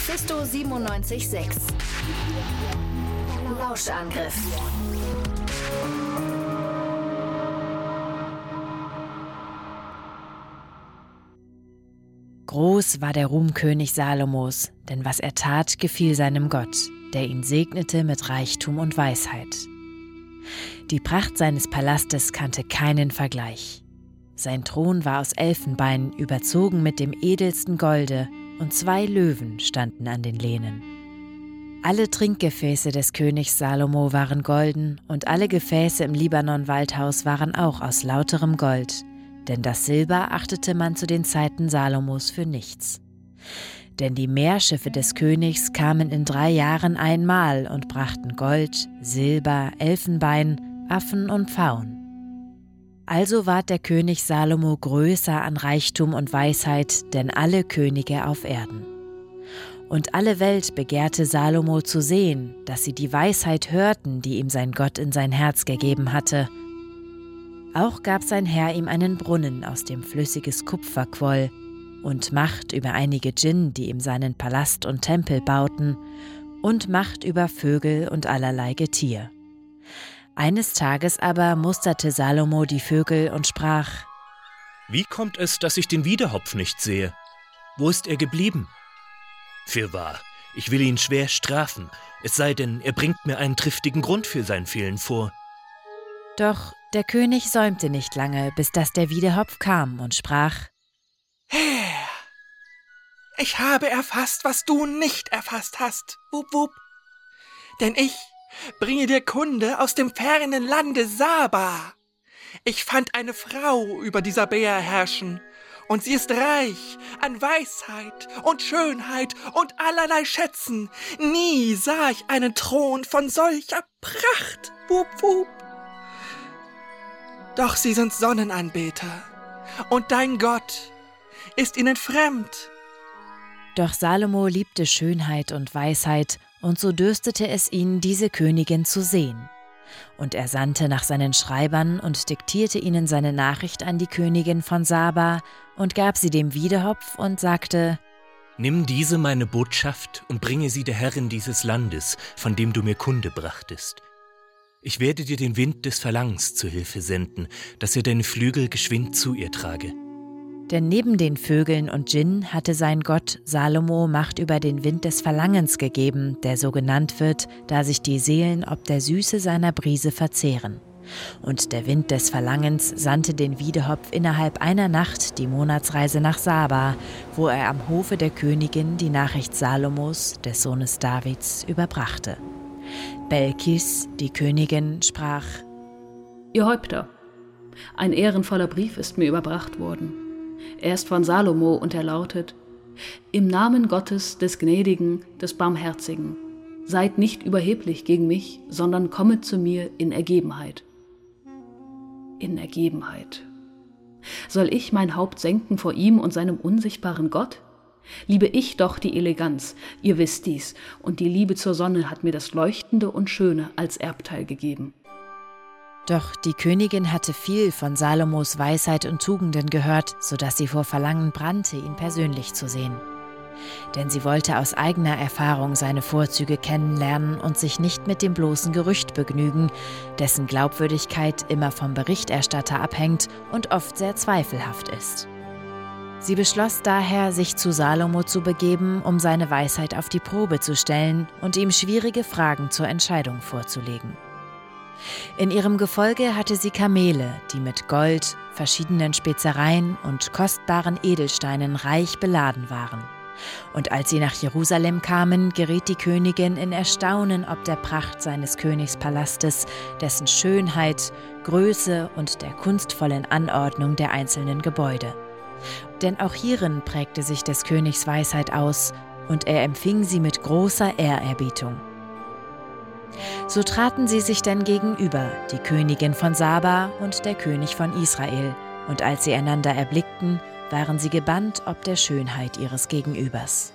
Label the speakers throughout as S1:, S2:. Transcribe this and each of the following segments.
S1: Mephisto 97.6 Lauschangriff.
S2: Groß war der Ruhm König Salomos, denn was er tat, gefiel seinem Gott, der ihn segnete mit Reichtum und Weisheit. Die Pracht seines Palastes kannte keinen Vergleich. Sein Thron war aus Elfenbein, überzogen mit dem edelsten Golde, und 2 Löwen standen an den Lehnen. Alle Trinkgefäße des Königs Salomo waren golden, und alle Gefäße im Libanon-Waldhaus waren auch aus lauterem Gold, denn das Silber achtete man zu den Zeiten Salomos für nichts. Denn die Meerschiffe des Königs kamen in 3 Jahren einmal und brachten Gold, Silber, Elfenbein, Affen und Pfauen. Also ward der König Salomo größer an Reichtum und Weisheit, denn alle Könige auf Erden. Und alle Welt begehrte Salomo zu sehen, dass sie die Weisheit hörten, die ihm sein Gott in sein Herz gegeben hatte. Auch gab sein Herr ihm einen Brunnen, aus dem flüssiges Kupfer quoll, und Macht über einige Djinn, die ihm seinen Palast und Tempel bauten, und Macht über Vögel und allerlei Getier. Eines Tages aber musterte Salomo die Vögel und sprach:
S3: Wie kommt es, dass ich den Wiedehopf nicht sehe? Wo ist er geblieben? Fürwahr, ich will ihn schwer strafen, es sei denn, er bringt mir einen triftigen Grund für sein Fehlen vor.
S2: Doch der König säumte nicht lange, bis dass der Wiedehopf kam und sprach:
S4: Herr, ich habe erfasst, was du nicht erfasst hast. Wup, wup. Denn ich bringe dir Kunde aus dem fernen Lande Saba. Ich fand eine Frau über dieser Bär herrschen, und sie ist reich an Weisheit und Schönheit und allerlei Schätzen. Nie sah ich einen Thron von solcher Pracht. Wup, wup. Doch sie sind Sonnenanbeter, und dein Gott ist ihnen fremd.
S2: Doch Salomo liebte Schönheit und Weisheit, und so dürstete es ihn, diese Königin zu sehen. Und er sandte nach seinen Schreibern und diktierte ihnen seine Nachricht an die Königin von Saba und gab sie dem Wiedehopf und sagte:
S3: Nimm diese meine Botschaft und bringe sie der Herrin dieses Landes, von dem du mir Kunde brachtest. Ich werde dir den Wind des Verlangens zu Hilfe senden, dass er deine Flügel geschwind zu ihr trage.
S2: Denn neben den Vögeln und Djinn hatte sein Gott Salomo Macht über den Wind des Verlangens gegeben, der so genannt wird, da sich die Seelen ob der Süße seiner Brise verzehren. Und der Wind des Verlangens sandte den Wiedehopf innerhalb einer Nacht die Monatsreise nach Saba, wo er am Hofe der Königin die Nachricht Salomos, des Sohnes Davids, überbrachte. Belkis, die Königin, sprach:
S5: Ihr Häupter, ein ehrenvoller Brief ist mir überbracht worden. Er ist von Salomo und er lautet: Im Namen Gottes, des Gnädigen, des Barmherzigen, seid nicht überheblich gegen mich, sondern kommet zu mir in Ergebenheit. In Ergebenheit. Soll ich mein Haupt senken vor ihm und seinem unsichtbaren Gott? Liebe ich doch die Eleganz, ihr wisst dies, und die Liebe zur Sonne hat mir das Leuchtende und Schöne als Erbteil gegeben.
S2: Doch die Königin hatte viel von Salomos Weisheit und Tugenden gehört, sodass sie vor Verlangen brannte, ihn persönlich zu sehen. Denn sie wollte aus eigener Erfahrung seine Vorzüge kennenlernen und sich nicht mit dem bloßen Gerücht begnügen, dessen Glaubwürdigkeit immer vom Berichterstatter abhängt und oft sehr zweifelhaft ist. Sie beschloss daher, sich zu Salomo zu begeben, um seine Weisheit auf die Probe zu stellen und ihm schwierige Fragen zur Entscheidung vorzulegen. In ihrem Gefolge hatte sie Kamele, die mit Gold, verschiedenen Spezereien und kostbaren Edelsteinen reich beladen waren. Und als sie nach Jerusalem kamen, geriet die Königin in Erstaunen ob der Pracht seines Königspalastes, dessen Schönheit, Größe und der kunstvollen Anordnung der einzelnen Gebäude. Denn auch hierin prägte sich des Königs Weisheit aus, und er empfing sie mit großer Ehrerbietung. So traten sie sich denn gegenüber, die Königin von Saba und der König von Israel, und als sie einander erblickten, waren sie gebannt ob der Schönheit ihres Gegenübers.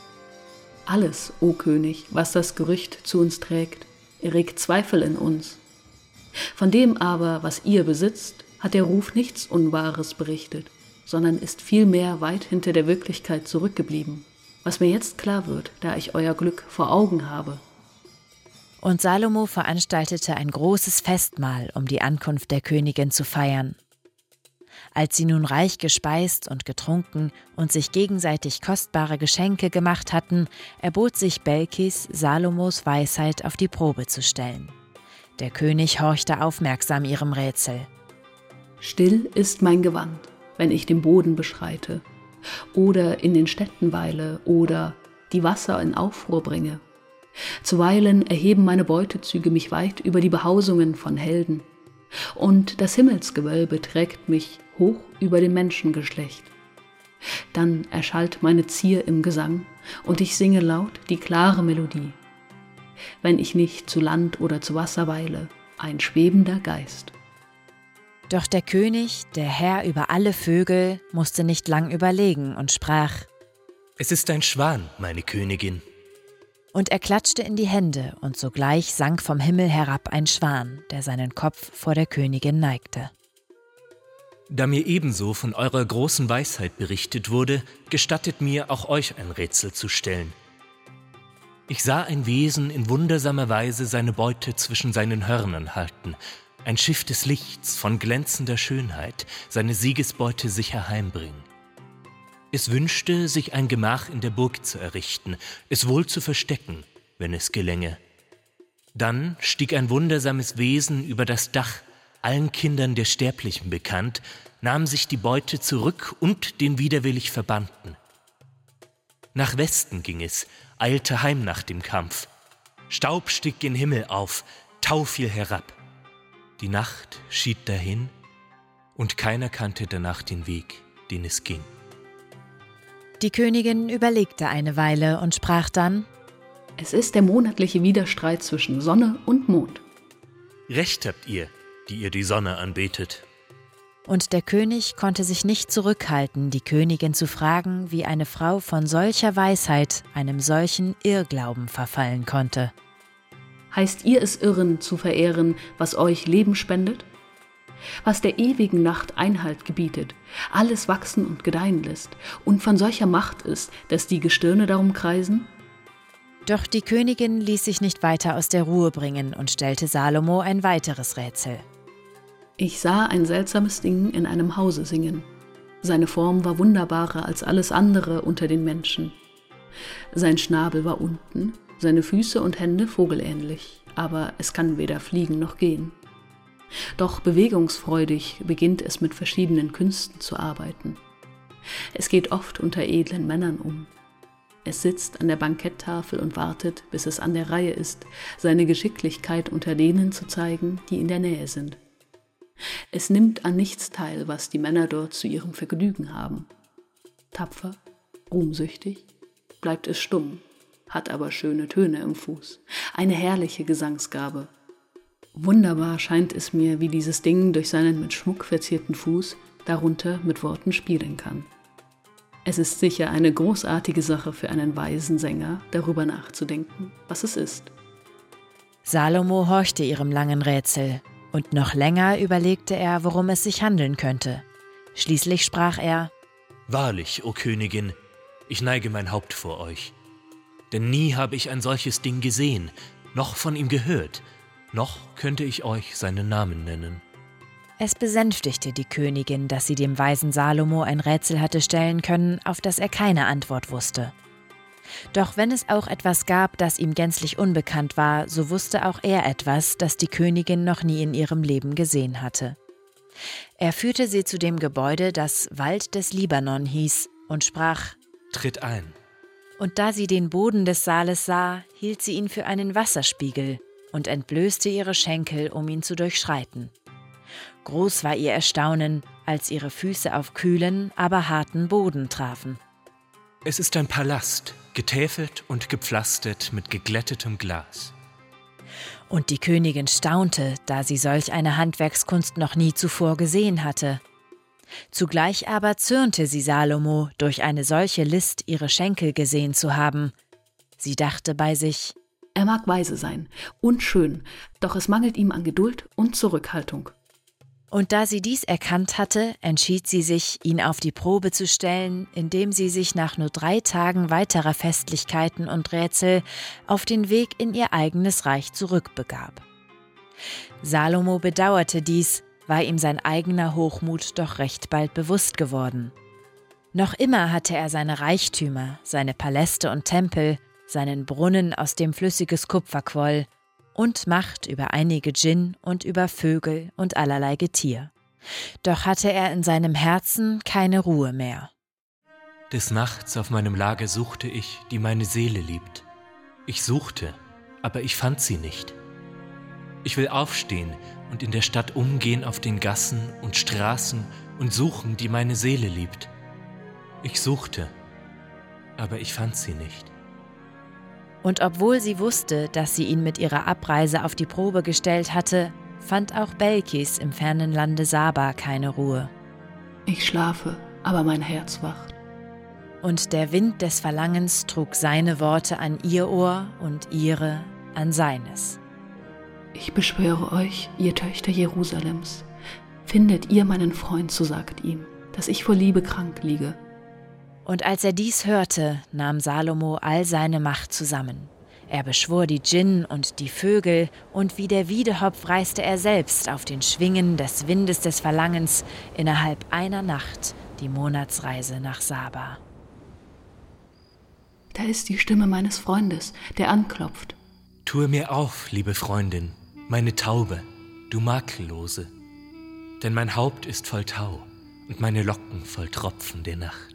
S5: Alles, o König, was das Gerücht zu uns trägt, erregt Zweifel in uns. Von dem aber, was ihr besitzt, hat der Ruf nichts Unwahres berichtet, sondern ist vielmehr weit hinter der Wirklichkeit zurückgeblieben. was mir jetzt klar wird, da ich euer Glück vor Augen habe.
S2: Und Salomo veranstaltete ein großes Festmahl, um die Ankunft der Königin zu feiern. Als sie nun reich gespeist und getrunken und sich gegenseitig kostbare Geschenke gemacht hatten, erbot sich Belkis, Salomos Weisheit auf die Probe zu stellen. Der König horchte aufmerksam ihrem Rätsel.
S5: Still ist mein Gewand, wenn ich den Boden beschreite, oder in den Städten weile, oder die Wasser in Aufruhr bringe. Zuweilen erheben meine Beutezüge mich weit über die Behausungen von Helden, und das Himmelsgewölbe trägt mich hoch über dem Menschengeschlecht. Dann erschallt meine Zier im Gesang, und ich singe laut die klare Melodie. Wenn ich nicht zu Land oder zu Wasser weile, ein schwebender Geist.
S2: Doch der König, der Herr über alle Vögel, musste nicht lang überlegen und sprach:
S3: Es ist ein Schwan, meine Königin.
S2: Und er klatschte in die Hände, und sogleich sank vom Himmel herab ein Schwan, der seinen Kopf vor der Königin neigte.
S3: Da mir ebenso von eurer großen Weisheit berichtet wurde, gestattet mir, auch euch ein Rätsel zu stellen. Ich sah ein Wesen in wundersamer Weise seine Beute zwischen seinen Hörnern halten, ein Schiff des Lichts von glänzender Schönheit, seine Siegesbeute sicher heimbringen. Es wünschte, sich ein Gemach in der Burg zu errichten, es wohl zu verstecken, wenn es gelänge. Dann stieg ein wundersames Wesen über das Dach, allen Kindern der Sterblichen bekannt, nahm sich die Beute zurück und den widerwillig Verbannten. Nach Westen ging es, eilte heim nach dem Kampf. Staub stieg gen Himmel auf, Tau fiel herab. Die Nacht schied dahin, und keiner kannte danach den Weg, den es ging.
S2: Die Königin überlegte eine Weile und sprach dann:
S5: Es ist der monatliche Widerstreit zwischen Sonne und Mond.
S3: Recht habt ihr, die ihr die Sonne anbetet.
S2: Und der König konnte sich nicht zurückhalten, die Königin zu fragen, wie eine Frau von solcher Weisheit einem solchen Irrglauben verfallen konnte.
S5: Heißt ihr es irren, zu verehren, was euch Leben spendet? Was der ewigen Nacht Einhalt gebietet, alles wachsen und gedeihen lässt und von solcher Macht ist, dass die Gestirne darum kreisen?
S2: Doch die Königin ließ sich nicht weiter aus der Ruhe bringen und stellte Salomo ein weiteres Rätsel.
S5: Ich sah ein seltsames Ding in einem Hause singen. Seine Form war wunderbarer als alles andere unter den Menschen. Sein Schnabel war unten, seine Füße und Hände vogelähnlich, aber es kann weder fliegen noch gehen. Doch bewegungsfreudig beginnt es mit verschiedenen Künsten zu arbeiten. Es geht oft unter edlen Männern um. Es sitzt an der Banketttafel und wartet, bis es an der Reihe ist, seine Geschicklichkeit unter denen zu zeigen, die in der Nähe sind. Es nimmt an nichts teil, was die Männer dort zu ihrem Vergnügen haben. Tapfer, ruhmsüchtig, bleibt es stumm, hat aber schöne Töne im Fuß, eine herrliche Gesangsgabe. Wunderbar scheint es mir, wie dieses Ding durch seinen mit Schmuck verzierten Fuß darunter mit Worten spielen kann. Es ist sicher eine großartige Sache für einen weisen Sänger, darüber nachzudenken, was es ist.
S2: Salomo horchte ihrem langen Rätsel, und noch länger überlegte er, worum es sich handeln könnte. Schließlich sprach er:
S3: Wahrlich, o Königin, ich neige mein Haupt vor euch. Denn nie habe ich ein solches Ding gesehen, noch von ihm gehört, noch könnte ich euch seinen Namen nennen.
S2: Es besänftigte die Königin, dass sie dem weisen Salomo ein Rätsel hatte stellen können, auf das er keine Antwort wusste. Doch wenn es auch etwas gab, das ihm gänzlich unbekannt war, so wusste auch er etwas, das die Königin noch nie in ihrem Leben gesehen hatte. Er führte sie zu dem Gebäude, das Wald des Libanon hieß, und sprach:
S3: Tritt ein.
S2: Und da sie den Boden des Saales sah, hielt sie ihn für einen Wasserspiegel und entblößte ihre Schenkel, um ihn zu durchschreiten. Groß war ihr Erstaunen, als ihre Füße auf kühlen, aber harten Boden trafen.
S3: Es ist ein Palast, getäfelt und gepflastert mit geglättetem Glas.
S2: Und die Königin staunte, da sie solch eine Handwerkskunst noch nie zuvor gesehen hatte. Zugleich aber zürnte sie Salomo, durch eine solche List ihre Schenkel gesehen zu haben. Sie dachte bei sich:
S5: Er mag weise sein und schön, doch es mangelt ihm an Geduld und Zurückhaltung.
S2: Und da sie dies erkannt hatte, entschied sie sich, ihn auf die Probe zu stellen, indem sie sich nach nur 3 Tagen weiterer Festlichkeiten und Rätsel auf den Weg in ihr eigenes Reich zurückbegab. Salomo bedauerte dies, war ihm sein eigener Hochmut doch recht bald bewusst geworden. Noch immer hatte er seine Reichtümer, seine Paläste und Tempel, seinen Brunnen, aus dem flüssiges Kupfer quoll, und Macht über einige Djinn und über Vögel und allerlei Getier. Doch hatte er in seinem Herzen keine Ruhe mehr.
S3: Des Nachts auf meinem Lager suchte ich, die meine Seele liebt. Ich suchte, aber ich fand sie nicht. Ich will aufstehen und in der Stadt umgehen auf den Gassen und Straßen und suchen, die meine Seele liebt. Ich suchte, aber ich fand sie nicht.
S2: Und obwohl sie wusste, dass sie ihn mit ihrer Abreise auf die Probe gestellt hatte, fand auch Belkis im fernen Lande Saba keine Ruhe.
S5: Ich schlafe, aber mein Herz wacht.
S2: Und der Wind des Verlangens trug seine Worte an ihr Ohr und ihre an seines.
S5: Ich beschwöre euch, ihr Töchter Jerusalems, findet ihr meinen Freund, so sagt ihm, dass ich vor Liebe krank liege.
S2: Und als er dies hörte, nahm Salomo all seine Macht zusammen. Er beschwor die Djinn und die Vögel, und wie der Wiedehopf reiste er selbst auf den Schwingen des Windes des Verlangens innerhalb einer Nacht die Monatsreise nach Saba.
S5: Da ist die Stimme meines Freundes, der anklopft.
S3: Tue mir auf, liebe Freundin, meine Taube, du Makellose, denn mein Haupt ist voll Tau und meine Locken voll Tropfen der Nacht.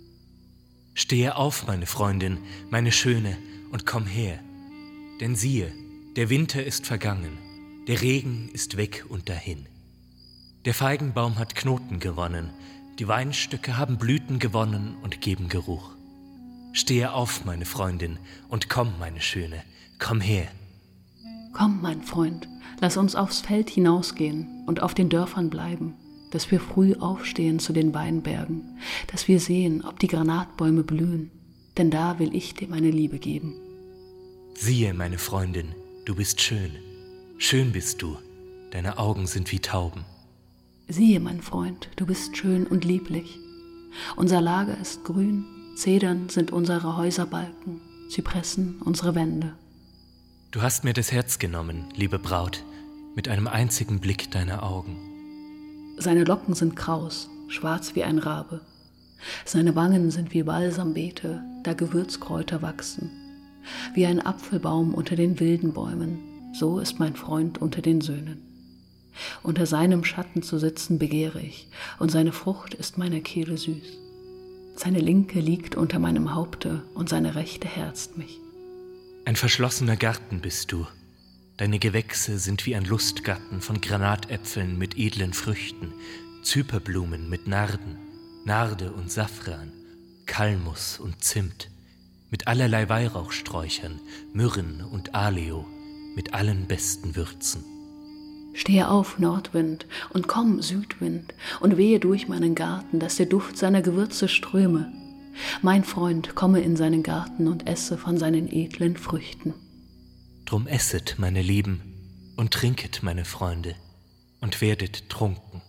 S3: Stehe auf, meine Freundin, meine Schöne, und komm her, denn siehe, der Winter ist vergangen, der Regen ist weg und dahin. Der Feigenbaum hat Knoten gewonnen, die Weinstöcke haben Blüten gewonnen und geben Geruch. Stehe auf, meine Freundin, und komm, meine Schöne, komm her.
S5: Komm, mein Freund, lass uns aufs Feld hinausgehen und auf den Dörfern bleiben, dass wir früh aufstehen zu den Weinbergen, dass wir sehen, ob die Granatbäume blühen, denn da will ich dir meine Liebe geben.
S3: Siehe, meine Freundin, du bist schön, schön bist du, deine Augen sind wie Tauben.
S5: Siehe, mein Freund, du bist schön und lieblich. Unser Lager ist grün, Zedern sind unsere Häuserbalken, Zypressen unsere Wände.
S3: Du hast mir das Herz genommen, liebe Braut, mit einem einzigen Blick deiner Augen.
S5: Seine Locken sind kraus, schwarz wie ein Rabe. Seine Wangen sind wie Balsambeete, da Gewürzkräuter wachsen. Wie ein Apfelbaum unter den wilden Bäumen, so ist mein Freund unter den Söhnen. Unter seinem Schatten zu sitzen begehre ich, und seine Frucht ist meiner Kehle süß. Seine Linke liegt unter meinem Haupte, und seine Rechte herzt mich.
S3: Ein verschlossener Garten bist du. Deine Gewächse sind wie ein Lustgarten von Granatäpfeln mit edlen Früchten, Zyperblumen mit Narden, Narde und Safran, Kalmus und Zimt, mit allerlei Weihrauchsträuchern, Myrrhen und Aleo, mit allen besten Würzen.
S5: Stehe auf, Nordwind, und komm, Südwind, und wehe durch meinen Garten, dass der Duft seiner Gewürze ströme. Mein Freund, komme in seinen Garten und esse von seinen edlen Früchten.
S3: Drum esset, meine Lieben, und trinket, meine Freunde, und werdet trunken.